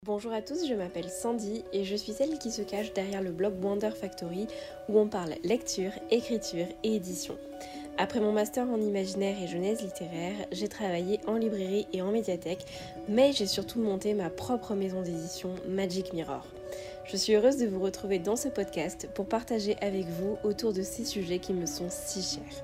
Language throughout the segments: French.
Bonjour à tous, je m'appelle Sandy et je suis celle qui se cache derrière le blog Wonder Factory où on parle lecture, écriture et édition. Après mon master en imaginaire et genèse littéraire, j'ai travaillé en librairie et en médiathèque, mais j'ai surtout monté ma propre maison d'édition Magic Mirror. Je suis heureuse de vous retrouver dans ce podcast pour partager avec vous autour de ces sujets qui me sont si chers.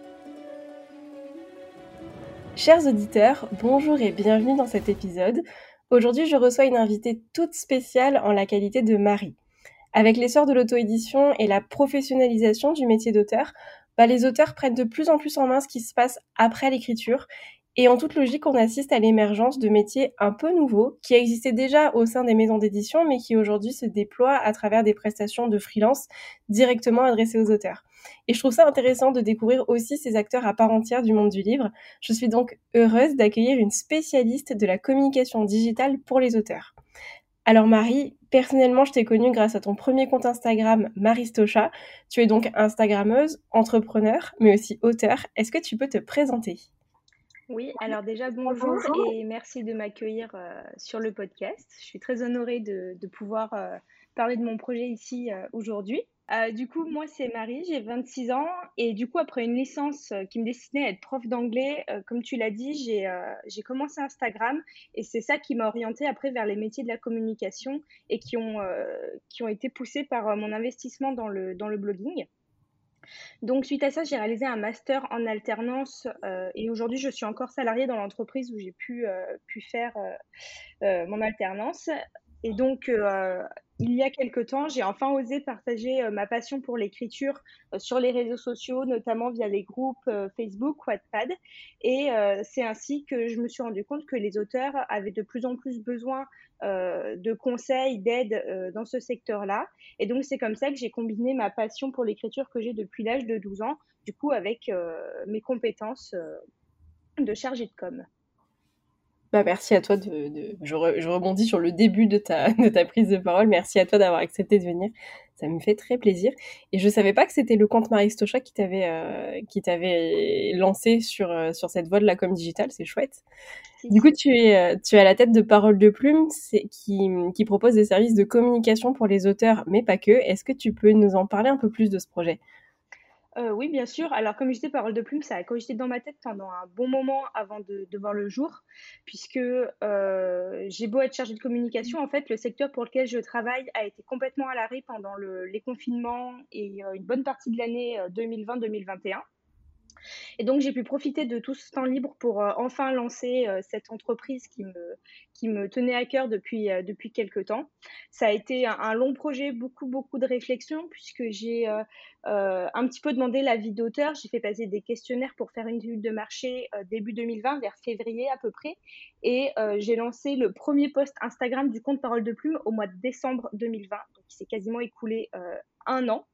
Chers auditeurs, bonjour et bienvenue dans cet épisode. Aujourd'hui, je reçois une invitée toute spéciale en la qualité de Marie. Avec l'essor de l'auto-édition et la professionnalisation du métier d'auteur, les auteurs prennent de plus en plus en main ce qui se passe après l'écriture. Et en toute logique, on assiste à l'émergence de métiers un peu nouveaux qui existaient déjà au sein des maisons d'édition, mais qui aujourd'hui se déploient à travers des prestations de freelance directement adressées aux auteurs. Et je trouve ça intéressant de découvrir aussi ces acteurs à part entière du monde du livre. Je suis donc heureuse d'accueillir une spécialiste de la communication digitale pour les auteurs. Alors Marie, personnellement, je t'ai connue grâce à ton premier compte Instagram, Maristocha. Tu es donc Instagrammeuse, entrepreneur, mais aussi auteur. Est-ce que tu peux te présenter ? Oui, alors déjà bonjour et merci de m'accueillir sur le podcast. Je suis très honorée de pouvoir parler de mon projet ici aujourd'hui. Du coup, moi c'est Marie, j'ai 26 ans et du coup après une licence qui me destinait à être prof d'anglais, comme tu l'as dit, j'ai commencé Instagram et c'est ça qui m'a orientée après vers les métiers de la communication et qui ont été poussés par mon investissement dans le blogging. Donc, suite à ça, j'ai réalisé un master en alternance et aujourd'hui, je suis encore salariée dans l'entreprise où j'ai pu faire mon alternance. Et donc, il y a quelque temps, j'ai enfin osé partager ma passion pour l'écriture sur les réseaux sociaux, notamment via les groupes Facebook, Wattpad. Et c'est ainsi que je me suis rendu compte que les auteurs avaient de plus en plus besoin de conseils, d'aide dans ce secteur-là. Et donc, c'est comme ça que j'ai combiné ma passion pour l'écriture que j'ai depuis l'âge de 12 ans, du coup, avec mes compétences de chargée de com. Merci à toi je rebondis sur le début de de ta prise de parole. Merci à toi d'avoir accepté de venir. Ça me fait très plaisir. Et je savais pas que c'était le compte Maristocha qui t'avait lancé sur cette voie de la com digitale. C'est chouette. Si, Du coup, si. tu es à la tête de Parole de Plume, qui propose des services de communication pour les auteurs, mais pas que. Est-ce que tu peux nous en parler un peu plus de ce projet ? Oui, bien sûr. Alors, comme je disais, Parole de Plume, ça a cogité dans ma tête pendant un bon moment avant de voir le jour, puisque j'ai beau être chargée de communication, en fait, le secteur pour lequel je travaille a été complètement à l'arrêt pendant les confinements et une bonne partie de l'année 2020-2021. Et donc, j'ai pu profiter de tout ce temps libre pour enfin lancer cette entreprise qui me tenait à cœur depuis quelques temps. Ça a été un long projet, beaucoup de réflexion, puisque j'ai un petit peu demandé l'avis d'auteur. J'ai fait passer des questionnaires pour faire une étude de marché début 2020, vers février à peu près. Et j'ai lancé le premier post Instagram du compte Parole de Plume au mois de décembre 2020. Donc, il s'est quasiment écoulé un an.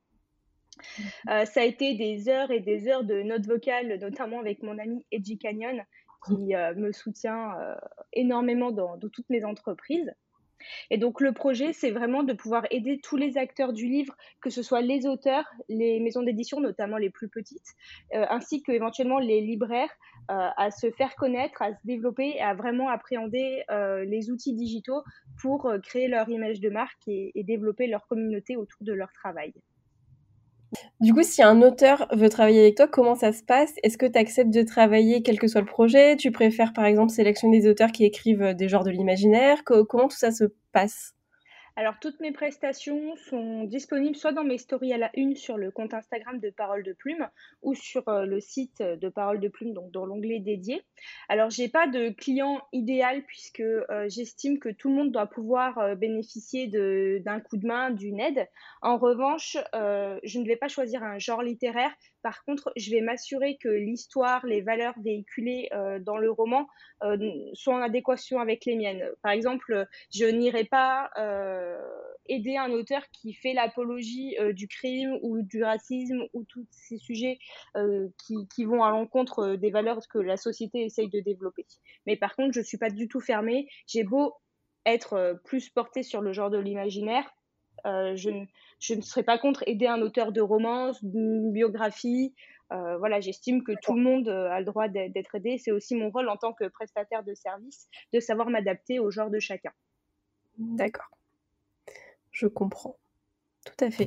Ça a été des heures et des heures de notes vocales, notamment avec mon ami Edgy Canyon, qui me soutient énormément dans toutes mes entreprises. Et donc le projet, c'est vraiment de pouvoir aider tous les acteurs du livre, que ce soit les auteurs, les maisons d'édition, notamment les plus petites, ainsi que éventuellement les libraires, à se faire connaître, à se développer et à vraiment appréhender les outils digitaux pour créer leur image de marque et développer leur communauté autour de leur travail. Du coup, si un auteur veut travailler avec toi, comment ça se passe ? Est-ce que tu acceptes de travailler quel que soit le projet ? Tu préfères, par exemple, sélectionner des auteurs qui écrivent des genres de l'imaginaire ? Comment tout ça se passe ? Alors, toutes mes prestations sont disponibles soit dans mes stories à la une sur le compte Instagram de Parole de Plume ou sur le site de Parole de Plume, donc dans l'onglet dédié. Alors, j'ai pas de client idéal puisque j'estime que tout le monde doit pouvoir bénéficier d'un coup de main, d'une aide. En revanche, je ne vais pas choisir un genre littéraire. Par contre, je vais m'assurer que l'histoire, les valeurs véhiculées dans le roman sont en adéquation avec les miennes. Par exemple, je n'irai pas aider un auteur qui fait l'apologie du crime ou du racisme ou tous ces sujets qui vont à l'encontre des valeurs que la société essaye de développer. Mais par contre, je ne suis pas du tout fermée. J'ai beau être plus portée sur le genre de l'imaginaire, euh, je, je ne serais pas contre aider un auteur de romance, d'une biographie. Voilà, j'estime que tout le monde a le droit d'être aidé. C'est aussi mon rôle en tant que prestataire de service de savoir m'adapter au genre de chacun. D'accord, je comprends. Tout à fait.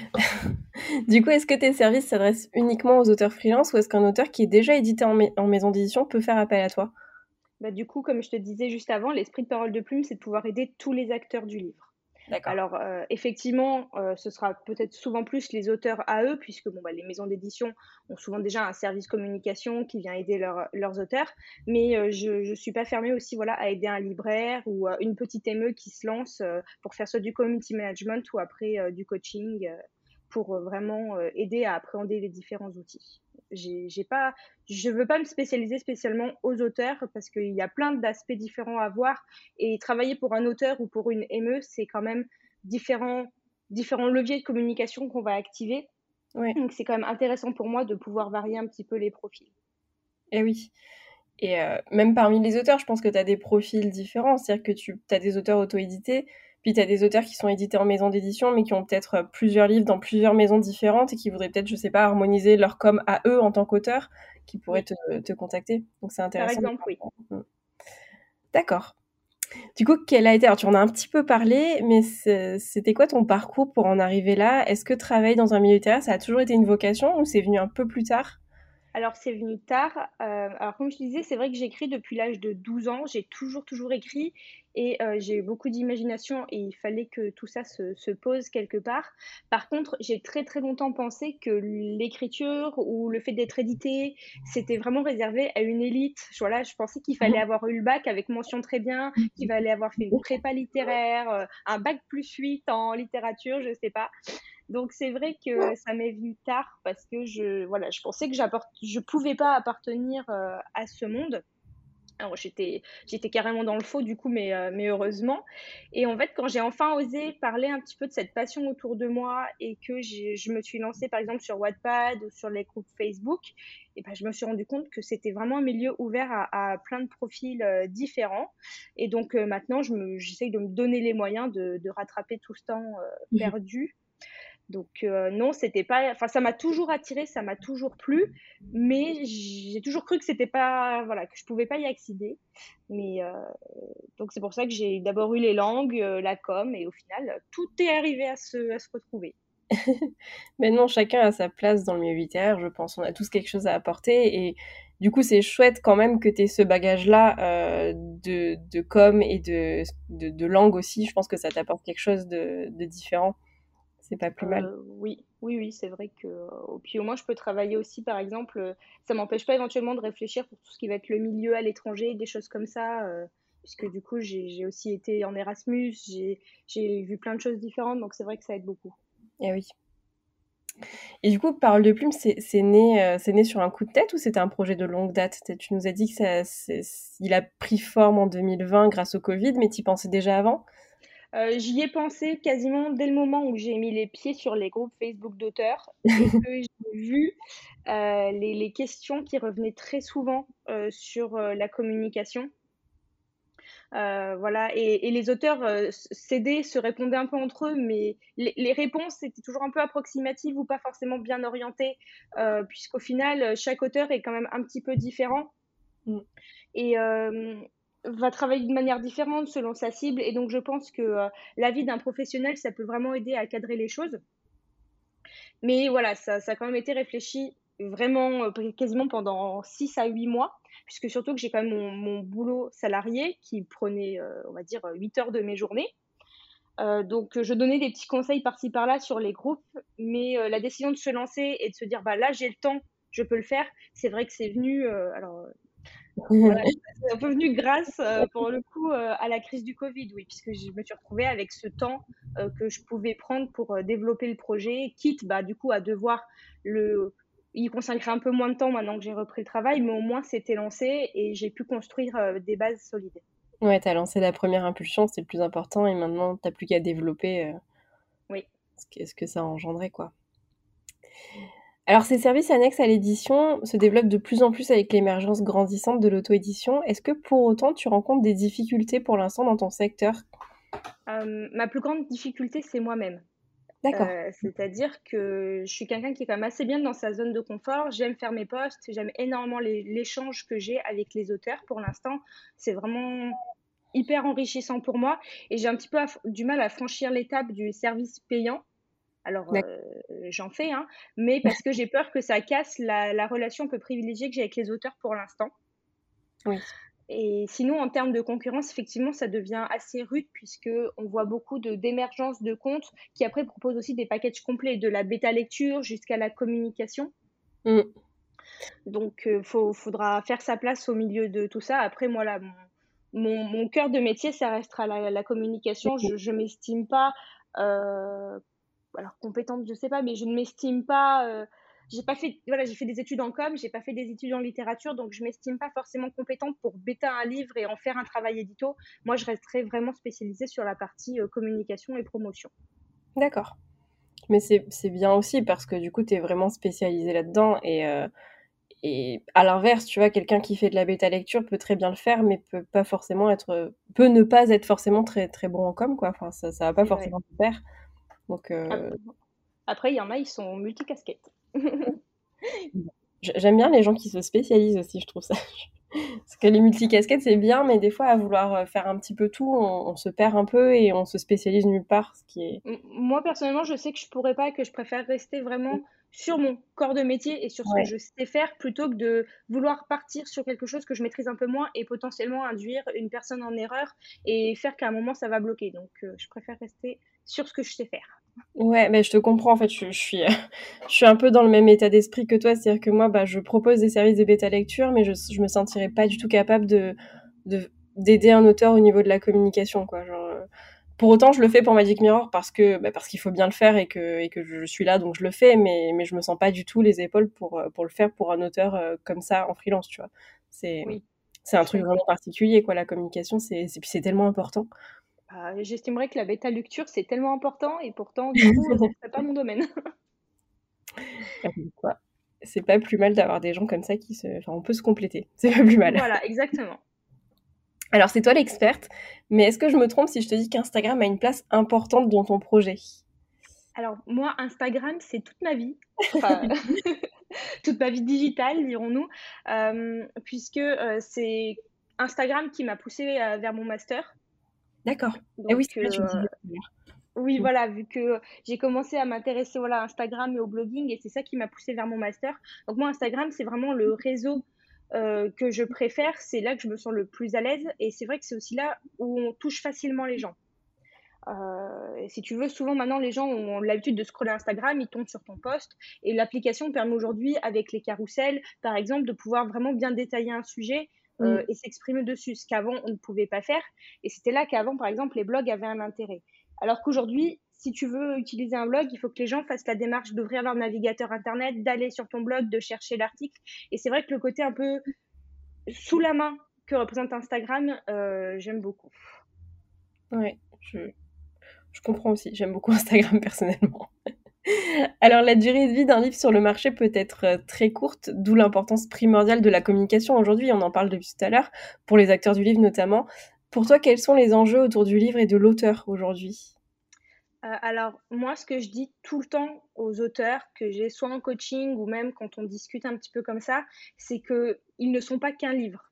Du coup, est-ce que tes services s'adressent uniquement aux auteurs freelance ou est-ce qu'un auteur qui est déjà édité en maison d'édition peut faire appel à toi? Bah, du coup, comme je te disais juste avant, l'esprit de Parole de Plume, c'est de pouvoir aider tous les acteurs du livre. D'accord. Alors, effectivement, ce sera peut-être souvent plus les auteurs à eux, puisque bon, bah, les maisons d'édition ont souvent déjà un service communication qui vient aider leurs auteurs. Mais je ne suis pas fermée aussi, voilà, à aider un libraire ou une petite ME qui se lance pour faire soit du community management ou après du coaching pour vraiment aider à appréhender les différents outils. J'ai pas, je veux pas me spécialiser spécialement aux auteurs parce qu'il y a plein d'aspects différents à voir et travailler pour un auteur ou pour une ME, c'est quand même différents, différents leviers de communication qu'on va activer. Ouais. Donc, c'est quand même intéressant pour moi de pouvoir varier un petit peu les profils. Eh oui. Et même parmi les auteurs, je pense que tu as des profils différents. C'est-à-dire que tu as des auteurs auto-édités, puis tu as des auteurs qui sont édités en maison d'édition, mais qui ont peut-être plusieurs livres dans plusieurs maisons différentes et qui voudraient peut-être, je sais pas, harmoniser leur com à eux en tant qu'auteurs, qui pourraient Oui, te contacter. Donc c'est par intéressant. exemple, oui. D'accord. Du coup, quel a été, alors tu en as un petit peu parlé, mais c'était quoi ton parcours pour en arriver là? Est-ce que travailler dans un milieu littéraire, ça a toujours été une vocation ou c'est venu un peu plus tard? Alors, c'est venu tard. Alors, comme je disais, c'est vrai que j'écris depuis l'âge de 12 ans. J'ai toujours écrit et j'ai eu beaucoup d'imagination et il fallait que tout ça se pose quelque part. Par contre, j'ai très longtemps pensé que l'écriture ou le fait d'être édité, c'était vraiment réservé à une élite. Voilà, je pensais qu'il fallait avoir eu le bac avec mention très bien, qu'il fallait avoir fait une prépa littéraire, un bac +8 en littérature, je sais pas. Donc c'est vrai que ça m'est venu tard parce que voilà, je pensais que je pouvais pas appartenir à ce monde. Alors j'étais carrément dans le faux du coup, mais heureusement. Et en fait, quand j'ai enfin osé parler un petit peu de cette passion autour de moi et que je me suis lancée par exemple sur Wattpad ou sur les groupes Facebook, et ben, je me suis rendu compte que c'était vraiment un milieu ouvert à plein de profils différents. Et donc maintenant, j'essaye de me donner les moyens de rattraper tout ce temps perdu. Donc non, c'était pas, enfin ça m'a toujours attiré, ça m'a toujours plu, mais j'ai toujours cru que c'était pas, voilà, que je pouvais pas y accéder. Mais donc c'est pour ça que j'ai d'abord eu les langues, la com, et au final tout est arrivé à se retrouver. Mais non, chacun a sa place dans le milieu littéraire, je pense. On a tous quelque chose à apporter. Et du coup, c'est chouette quand même que tu aies ce bagage-là de com et de langue aussi. Je pense que ça t'apporte quelque chose de différent. C'est pas plus mal. Oui, c'est vrai que puis au moins je peux travailler aussi, par exemple, ça m'empêche pas éventuellement de réfléchir pour tout ce qui va être le milieu à l'étranger, des choses comme ça, puisque du coup j'ai aussi été en Erasmus, j'ai vu plein de choses différentes, donc c'est vrai que ça aide beaucoup. Et oui. Et du coup, Parole de Plume, c'est né sur un coup de tête ou c'était un projet de longue date? Tu nous as dit que il a pris forme en 2020 grâce au Covid, mais tu y pensais déjà avant? J'y ai pensé quasiment dès le moment où j'ai mis les pieds sur les groupes Facebook d'auteurs et que j'ai vu les questions qui revenaient très souvent sur la communication. Voilà, et les auteurs s'aidaient, se répondaient un peu entre eux, mais les réponses étaient toujours un peu approximatives ou pas forcément bien orientées, puisqu'au final, chaque auteur est quand même un petit peu différent Mm. et va travailler de manière différente selon sa cible. Et donc, je pense que l'avis d'un professionnel, ça peut vraiment aider à cadrer les choses. Mais voilà, ça a quand même été réfléchi vraiment quasiment pendant 6 à 8 mois, puisque surtout que j'ai quand même mon boulot salarié qui prenait, on va dire, 8 heures de mes journées. Donc, je donnais des petits conseils par-ci par-là sur les groupes, mais la décision de se lancer et de se dire, bah là, j'ai le temps, je peux le faire, c'est vrai que c'est venu, alors voilà, c'est un peu venu grâce, pour le coup, à la crise du Covid, oui, puisque je me suis retrouvée avec ce temps, que je pouvais prendre pour, développer le projet, quitte, bah, du coup, à devoir le y consacrer un peu moins de temps maintenant que j'ai repris le travail, mais au moins c'était lancé et j'ai pu construire, des bases solides. Ouais, t'as lancé la première impulsion, c'est le plus important, et maintenant t'as plus qu'à développer Oui. ce que ça a engendré, quoi. Alors, ces services annexes à l'édition se développent de plus en plus avec l'émergence grandissante de l'auto-édition. Est-ce que pour autant tu rencontres des difficultés pour l'instant dans ton secteur? Ma plus grande difficulté, c'est moi-même. D'accord. C'est-à-dire que je suis quelqu'un qui est quand même assez bien dans sa zone de confort. J'aime faire mes posts, j'aime énormément l'échange que j'ai avec les auteurs. Pour l'instant, c'est vraiment hyper enrichissant pour moi et j'ai un petit peu du mal à franchir l'étape du service payant. Alors, D'acc j'en fais, hein, mais parce que j'ai peur que ça casse la relation un peu privilégiée que j'ai avec les auteurs pour l'instant. oui. Et sinon, en termes de concurrence, effectivement, ça devient assez rude puisque on voit beaucoup d'émergence de comptes qui après proposent aussi des packages complets, de la bêta lecture jusqu'à la communication. Mmh. Donc, faudra faire sa place au milieu de tout ça. Après, moi, là, mon cœur de métier, ça restera la communication. Je m'estime pas, alors compétente, je sais pas, mais je ne m'estime pas, j'ai pas fait voilà, j'ai fait des études en com, j'ai pas fait des études en littérature, donc je m'estime pas forcément compétente pour bêta un livre et en faire un travail édito. Moi, je resterai vraiment spécialisée sur la partie, communication et promotion. D'accord. Mais c'est bien aussi parce que du coup, tu es vraiment spécialisée là-dedans et à l'inverse, tu vois, quelqu'un qui fait de la bêta lecture peut très bien le faire, mais peut pas forcément être, peut ne pas être forcément très, très bon en com, quoi. Enfin, ça va pas C'est vrai. forcément se faire. Donc, Ap Après, il y en a, ils sont multicasquettes. j'aime bien les gens qui se spécialisent aussi, je trouve ça. Parce que les multicasquettes, c'est bien, mais des fois, à vouloir faire un petit peu tout, on se perd un peu et on se spécialise nulle part, ce qui est... Moi, personnellement, je sais que je pourrais pas, que je préfère rester vraiment sur mon corps de métier et sur ce que Ouais. je sais faire plutôt que de vouloir partir sur quelque chose que je maîtrise un peu moins et potentiellement induire une personne en erreur et faire qu'à un moment ça va bloquer. Donc, je préfère rester sur ce que je sais faire. Ouais, mais je te comprends, en fait, je suis, je suis un peu dans le même état d'esprit que toi, c'est-à-dire que moi, bah, je propose des services de bêta lecture, mais je me sentirais pas du tout capable de, d'aider un auteur au niveau de la communication, quoi. Genre, pour autant, je le fais pour Magic Mirror parce qu'il faut bien le faire et que je suis là, donc je le fais, mais je me sens pas du tout les épaules pour le faire pour un auteur comme ça en freelance, tu vois. C'est, Oui, c'est un je truc comprends. vraiment particulier, quoi, la communication, puis c'est tellement important. J'estimerais que la bêta lecture, c'est tellement important et pourtant, du coup, ce serait pas mon domaine. Quoi. C'est pas plus mal d'avoir des gens comme ça enfin, on peut se compléter. C'est pas plus mal. Voilà, exactement. Alors, c'est toi l'experte, mais est-ce que je me trompe si je te dis qu'Instagram a une place importante dans ton projet? Alors moi, Instagram, c'est toute ma vie. Enfin, toute ma vie digitale, dirons-nous, puisque, c'est Instagram qui m'a poussée, vers mon master. D'accord. Et oui, Donc, c'est vrai, tu me disais tout à oui, l'heure. voilà, vu que j'ai commencé à m'intéresser, voilà, à Instagram et au blogging et c'est ça qui m'a poussée vers mon master. Donc moi, Instagram, c'est vraiment le réseau, que je préfère. C'est là que je me sens le plus à l'aise et c'est vrai que c'est aussi là où on touche facilement les gens. Si tu veux, souvent maintenant, les gens ont l'habitude de scroller Instagram, ils tombent sur ton post et l'application permet aujourd'hui, avec les carousels, par exemple, de pouvoir vraiment bien détailler un sujet Mmh. et s'exprimer dessus, ce qu'avant on ne pouvait pas faire. Et c'était là qu'avant, par exemple, les blogs avaient un intérêt. Alors qu'aujourd'hui, si tu veux utiliser un blog, il faut que les gens fassent la démarche d'ouvrir leur navigateur internet, d'aller sur ton blog, de chercher l'article. Et c'est vrai que le côté un peu sous la main que représente Instagram, j'aime beaucoup. Ouais, je comprends aussi. J'aime beaucoup Instagram personnellement. Alors, la durée de vie d'un livre sur le marché peut être très courte, d'où l'importance primordiale de la communication aujourd'hui. On en parle depuis tout à l'heure, pour les acteurs du livre notamment. Pour toi, quels sont les enjeux autour du livre et de l'auteur aujourd'hui? Alors moi, ce que je dis tout le temps aux auteurs que j'ai soit en coaching ou même quand on discute un petit peu comme ça, c'est qu'ils ne sont pas qu'un livre.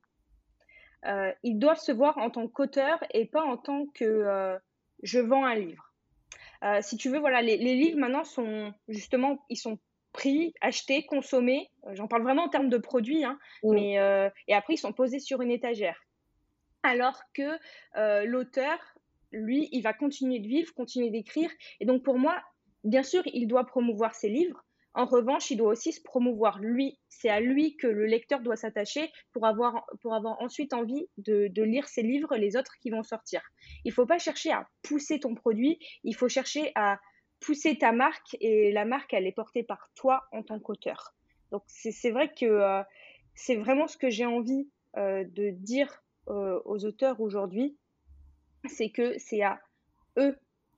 Ils doivent se voir en tant qu'auteur et pas en tant que, je vends un livre. Si tu veux, voilà, les livres maintenant sont justement, ils sont pris, achetés, consommés, j'en parle vraiment en termes de produits, hein, Mmh. mais et après ils sont posés sur une étagère. Alors que, l'auteur, lui, il va continuer de vivre, continuer d'écrire et donc pour moi, bien sûr, il doit promouvoir ses livres. En revanche, il doit aussi se promouvoir lui. C'est à lui que le lecteur doit s'attacher pour avoir ensuite envie de lire ses livres, les autres qui vont sortir. Il faut pas chercher à pousser ton produit, il faut chercher à pousser ta marque et la marque, elle est portée par toi en tant qu'auteur. Donc c'est vrai que, c'est vraiment ce que j'ai envie, de dire aux auteurs aujourd'hui, c'est que eux,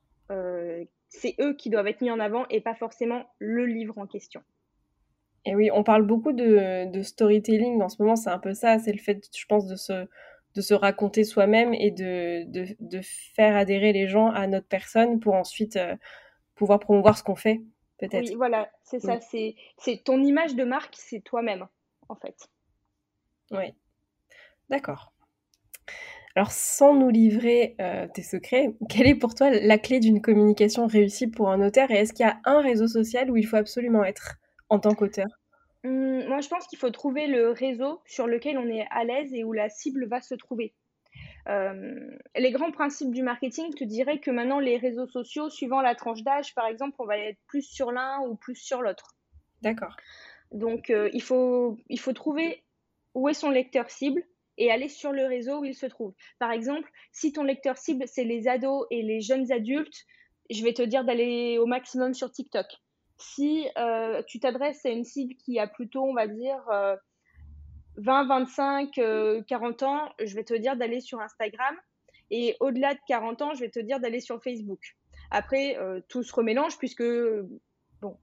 c'est eux qui doivent être mis en avant et pas forcément le livre en question. Et oui, on parle beaucoup de storytelling en ce moment, c'est un peu ça, c'est le fait, je pense, de se raconter soi-même et de faire adhérer les gens à notre personne pour ensuite pouvoir promouvoir ce qu'on fait, Oui, peut-être. voilà, c'est Mm. ça, c'est ton image de marque, c'est toi-même, en fait. Oui, d'accord. Alors, sans nous livrer tes secrets, quelle est pour toi la clé d'une communication réussie pour un auteur et est-ce qu'il y a un réseau social où il faut absolument être en tant qu'auteur? Moi, je pense qu'il faut trouver le réseau sur lequel on est à l'aise et où la cible va se trouver. Les grands principes du marketing te diraient que maintenant, les réseaux sociaux, suivant la tranche d'âge, par exemple, on va être plus sur l'un ou plus sur l'autre. D'accord. Donc, il faut trouver où est son lecteur cible et aller sur le réseau où il se trouve. Par exemple, si ton lecteur cible, c'est les ados et les jeunes adultes, je vais te dire d'aller au maximum sur TikTok. Si tu t'adresses à une cible qui a plutôt, on va dire, 20, 25, 40 ans, je vais te dire d'aller sur Instagram. Et au-delà de 40 ans, je vais te dire d'aller sur Facebook. Après, tout se remélange puisque, bon,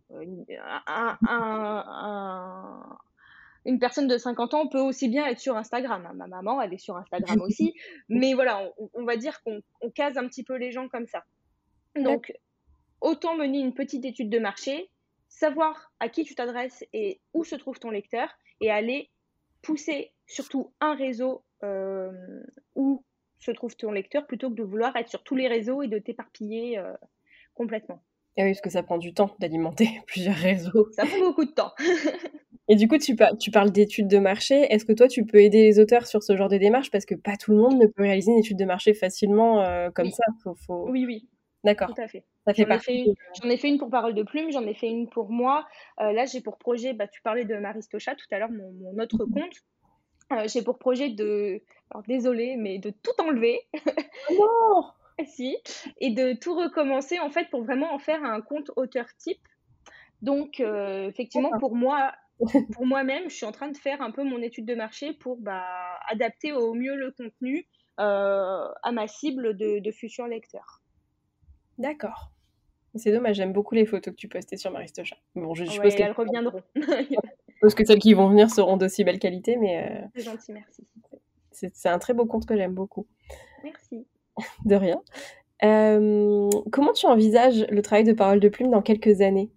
une personne de 50 ans peut aussi bien être sur Instagram. Ma maman, elle est sur Instagram aussi. Mais voilà, on va dire qu'on case un petit peu les gens comme ça. D'accord. Donc, autant mener une petite étude de marché, savoir à qui tu t'adresses et où se trouve ton lecteur, et aller pousser surtout un réseau où se trouve ton lecteur plutôt que de vouloir être sur tous les réseaux et de t'éparpiller complètement. Ah oui, parce que ça prend du temps d'alimenter plusieurs réseaux. Ça prend beaucoup de temps. Et du coup, tu parles d'études de marché. Est-ce que toi, tu peux aider les auteurs sur ce genre de démarche? Parce que pas tout le monde ne peut réaliser une étude de marché facilement comme Oui, ça. Faut... oui, oui, tout D'accord. à fait. Ça fait partie de... J'en ai fait une pour Parole de Plume, j'en ai fait une pour moi. Là, j'ai pour projet, tu parlais de Maristocha tout à l'heure, mon autre compte. J'ai pour projet de, alors désolée, mais de tout enlever, Oh non! si, et de tout recommencer en fait pour vraiment en faire un compte auteur type. Donc, effectivement, D'accord. pour moi-même, je suis en train de faire un peu mon étude de marché pour adapter au mieux le contenu à ma cible de futurs lecteurs. D'accord. C'est dommage, j'aime beaucoup les photos que tu postais sur Maristocha. Bon, je suppose Ouais, que, elles reviendront. celles qui vont venir seront d'aussi belle qualité, mais C'est gentil, merci. c'est un très beau compte que j'aime beaucoup. Merci. De rien. Comment tu envisages le travail de Parole de Plume dans quelques années?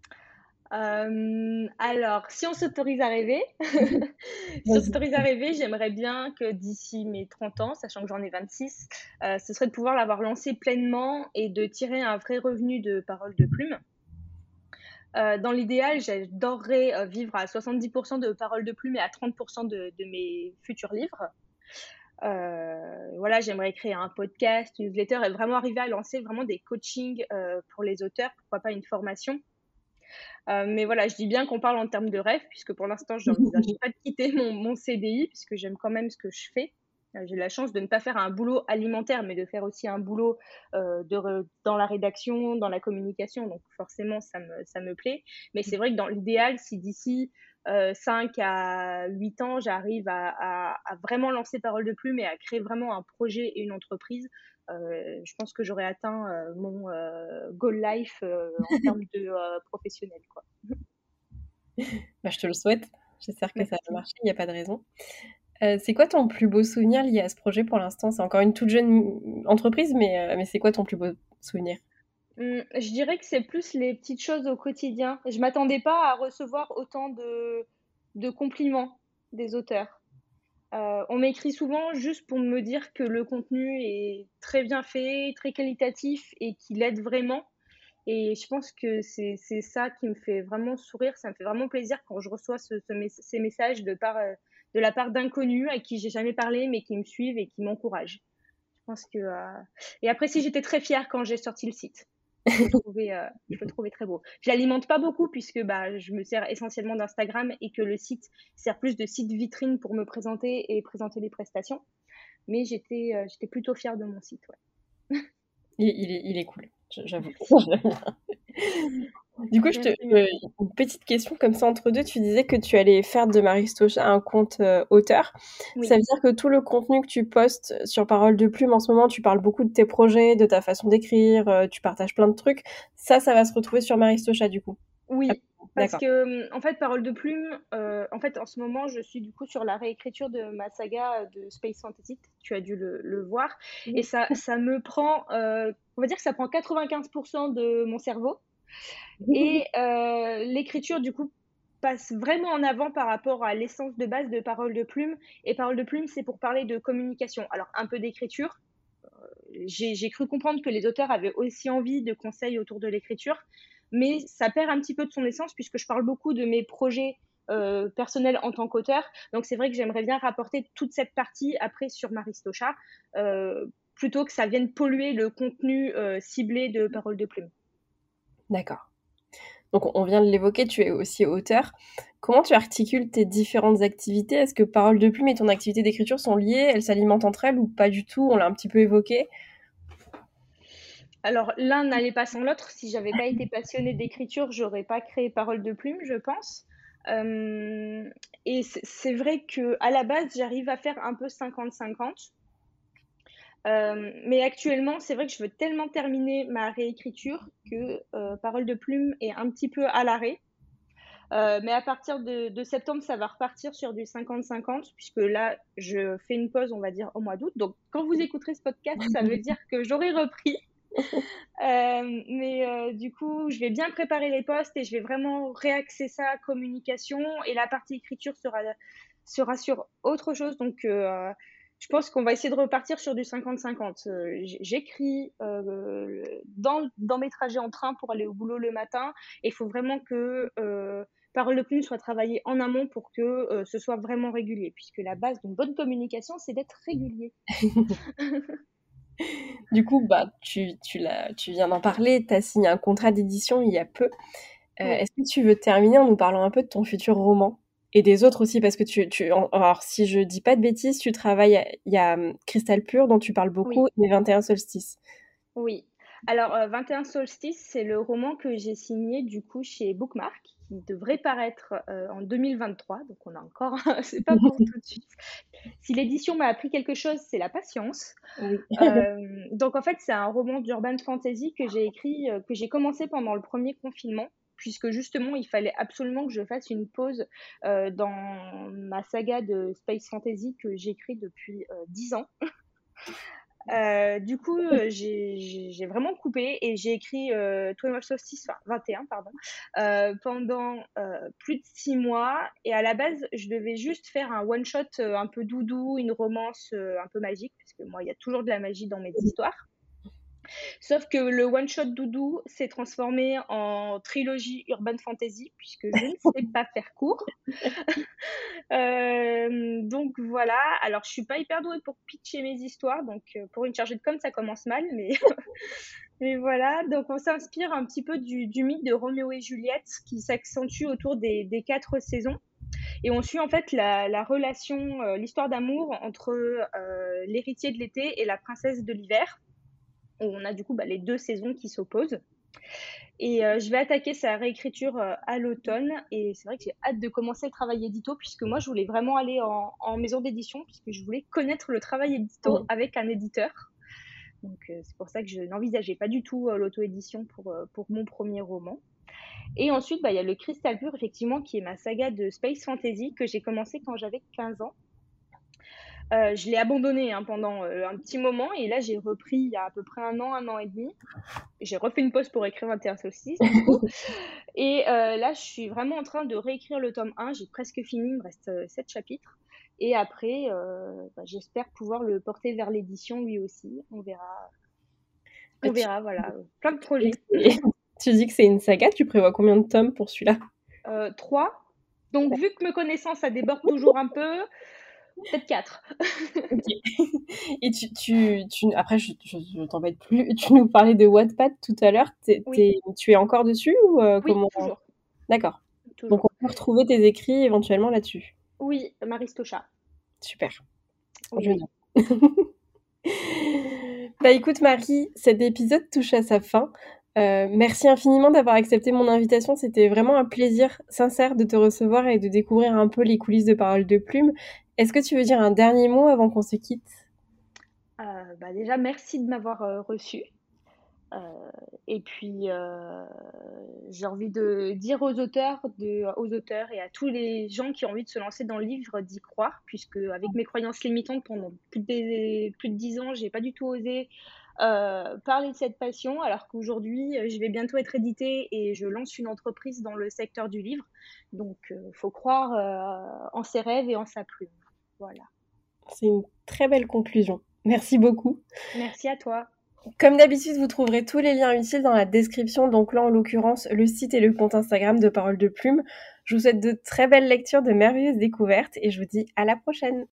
Alors, si on s'autorise à rêver, si on Vas-y. s'autorise à rêver, j'aimerais bien que d'ici mes 30 ans, sachant que j'en ai 26, ce serait de pouvoir l'avoir lancé pleinement et de tirer un vrai revenu de Parole de Plume. Dans l'idéal, j'adorerais vivre à 70% de Parole de Plume et à 30% de mes futurs livres. Voilà, j'aimerais créer un podcast, une newsletter et vraiment arriver à lancer vraiment des coachings pour les auteurs, pourquoi pas une formation. Mais voilà, je dis bien qu'on parle en termes de rêve, puisque pour l'instant, je n'envisage pas de quitter mon CDI, puisque j'aime quand même ce que je fais. J'ai la chance de ne pas faire un boulot alimentaire, mais de faire aussi un boulot dans la rédaction, dans la communication. Donc forcément, ça me plaît. Mais c'est vrai que dans l'idéal, si d'ici 5 à 8 ans, j'arrive à vraiment lancer Parole de Plume et à créer vraiment un projet et une entreprise, je pense que j'aurais atteint mon goal life en termes de professionnel, quoi. Bah, je te le souhaite. J'espère que ça va Merci. marcher, il n'y a pas de raison. C'est quoi ton plus beau souvenir lié à ce projet pour l'instant? C'est encore une toute jeune entreprise, mais c'est quoi ton plus beau souvenir? Je dirais que c'est plus les petites choses au quotidien. Je m'attendais pas à recevoir autant de compliments des auteurs. On m'écrit souvent juste pour me dire que le contenu est très bien fait, très qualitatif et qu'il aide vraiment. Et je pense que c'est ça qui me fait vraiment sourire. Ça me fait vraiment plaisir quand je reçois ces messages de la part d'inconnus à qui j'ai jamais parlé, mais qui me suivent et qui m'encouragent. Je pense que, et après, si j'étais très fière quand j'ai sorti le site. Je le trouvais très beau. Je l'alimente pas beaucoup puisque je me sers essentiellement d'Instagram et que le site sert plus de site vitrine pour me présenter et présenter les prestations. Mais j'étais plutôt fière de mon site, ouais. Il est cool, j'avoue. Merci. Du coup, Merci, merci. une petite question comme ça entre deux. Tu disais que tu allais faire de Maristocha un compte auteur. Ça Oui. veut dire que tout le contenu que tu postes sur Parole de Plume en ce moment, tu parles beaucoup de tes projets, de ta façon d'écrire, tu partages plein de trucs. Ça va se retrouver sur Maristocha du coup. Ah, Oui, parce d'accord. que, en fait, Parole de Plume, en fait, en ce moment, je suis du coup sur la réécriture de ma saga de Space Fantasy. Tu as dû le voir. Et Oui. ça me prend, on va dire que ça prend 95% de mon cerveau. Et l'écriture, du coup, passe vraiment en avant par rapport à l'essence de base de Parole de Plume. Et Parole de Plume, c'est pour parler de communication. Alors, un peu d'écriture. J'ai cru comprendre que les auteurs avaient aussi envie de conseils autour de l'écriture, mais ça perd un petit peu de son essence puisque je parle beaucoup de mes projets personnels en tant qu'auteur. Donc, c'est vrai que j'aimerais bien rapporter toute cette partie après sur Maristocha, plutôt que ça vienne polluer le contenu ciblé de Parole de Plume. D'accord. Donc, on vient de l'évoquer, tu es aussi auteur. Comment tu articules tes différentes activités? Est-ce que Parole de Plume et ton activité d'écriture sont liées? Elles s'alimentent entre elles ou pas du tout? On l'a un petit peu évoqué. Alors, l'un n'allait pas sans l'autre. Si j'avais pas été passionnée d'écriture, j'aurais pas créé Parole de Plume, je pense. Et c'est vrai que à la base, j'arrive à faire un peu 50-50. Mais actuellement, c'est vrai que je veux tellement terminer ma réécriture que Parole de Plume est un petit peu à l'arrêt. Mais à partir de septembre, ça va repartir sur du 50-50, puisque là, je fais une pause, on va dire, au mois d'août. Donc, quand vous écouterez ce podcast, ça veut dire que j'aurai repris. Mais du coup, je vais bien préparer les posts et je vais vraiment réaxer ça à communication. Et la partie écriture sera sur autre chose. Donc, je pense qu'on va essayer de repartir sur du 50-50. J'écris dans mes trajets en train pour aller au boulot le matin. Et il faut vraiment que Parole de Plume soit travaillée en amont pour que ce soit vraiment régulier. Puisque la base d'une bonne communication, c'est d'être régulier. Du coup, bah, tu viens d'en parler, tu as signé un contrat d'édition il y a peu. Oui. Est-ce que tu veux terminer en nous parlant un peu de ton futur roman? Et des autres aussi, parce que alors, si je dis pas de bêtises, tu travailles, il y a Cristal Pur dont tu parles beaucoup, Oui. et 21 Solstices. Oui. Alors, 21 Solstices, c'est le roman que j'ai signé du coup chez Bookmark, qui devrait paraître en 2023. Donc, on a encore, c'est pas pour tout de suite. Si l'édition m'a appris quelque chose, c'est la patience. Oui. Donc, en fait, c'est un roman d'urban fantasy que j'ai écrit, que j'ai commencé pendant le premier confinement, puisque justement, il fallait absolument que je fasse une pause dans ma saga de space fantasy que j'écris depuis 10 ans. Du coup, j'ai vraiment coupé et j'ai écrit 21 Solstice, enfin 21, pardon, pendant plus de 6 mois. Et à la base, je devais juste faire un one-shot un peu doudou, une romance un peu magique, parce que moi, il y a toujours de la magie dans mes histoires. Sauf que le one-shot doudou s'est transformé en trilogie urban fantasy, puisque je ne sais pas faire court. Donc voilà, alors je suis pas hyper douée pour pitcher mes histoires, donc pour une chargée de com, ça commence mal, mais, mais voilà. Donc on s'inspire un petit peu du mythe de Roméo et Juliette qui s'accentue autour des 4 saisons. Et on suit en fait la relation, l'histoire d'amour entre l'héritier de l'été et la princesse de l'hiver. On a du coup les 2 saisons qui s'opposent. Et je vais attaquer sa réécriture à l'automne. Et c'est vrai que j'ai hâte de commencer le travail édito, puisque moi, je voulais vraiment aller en maison d'édition, puisque je voulais connaître le travail édito avec un éditeur. Donc, c'est pour ça que je n'envisageais pas du tout l'auto-édition pour mon premier roman. Et ensuite, il y a le Crystal Pur, effectivement, qui est ma saga de Space Fantasy que j'ai commencé quand j'avais 15 ans. Je l'ai abandonné pendant un petit moment et là j'ai repris il y a à peu près un an et demi. J'ai refait une pause pour écrire 21 Solstices du coup. Et là je suis vraiment en train de réécrire le tome 1, j'ai presque fini, il me reste 7 chapitres. Et après, j'espère pouvoir le porter vers l'édition lui aussi, on verra. On verra, voilà, plein de projets. Tu dis que c'est une saga, tu prévois combien de tomes pour celui-là? 3. Donc vu que me connaissant ça déborde toujours un peu, peut-être 4. Ok. Et après, je t'embête plus. Tu nous parlais de Wattpad tout à l'heure. Oui, Tu es encore dessus ou oui, comment? toujours, D'accord. Donc, toujours. on peut retrouver tes écrits éventuellement là-dessus. Oui, Maristocha. Super. Oui, Je oui. Bah écoute Marie, cet épisode touche à sa fin. Merci infiniment d'avoir accepté mon invitation. C'était vraiment un plaisir sincère de te recevoir et de découvrir un peu les coulisses de Parole de Plume. Est-ce que tu veux dire un dernier mot avant qu'on se quitte? Déjà, merci de m'avoir reçu. Et puis, j'ai envie de dire aux auteurs et à tous les gens qui ont envie de se lancer dans le livre d'y croire, puisque avec mes croyances limitantes pendant plus de 10 ans, j'ai pas du tout osé parler de cette passion, alors qu'aujourd'hui, je vais bientôt être éditée et je lance une entreprise dans le secteur du livre. Donc, faut croire en ses rêves et en sa plume. Voilà. C'est une très belle conclusion. Merci beaucoup. Merci à toi. Comme d'habitude, vous trouverez tous les liens utiles dans la description, donc là en l'occurrence le site et le compte Instagram de Parole de Plume. Je vous souhaite de très belles lectures, de merveilleuses découvertes et je vous dis à la prochaine.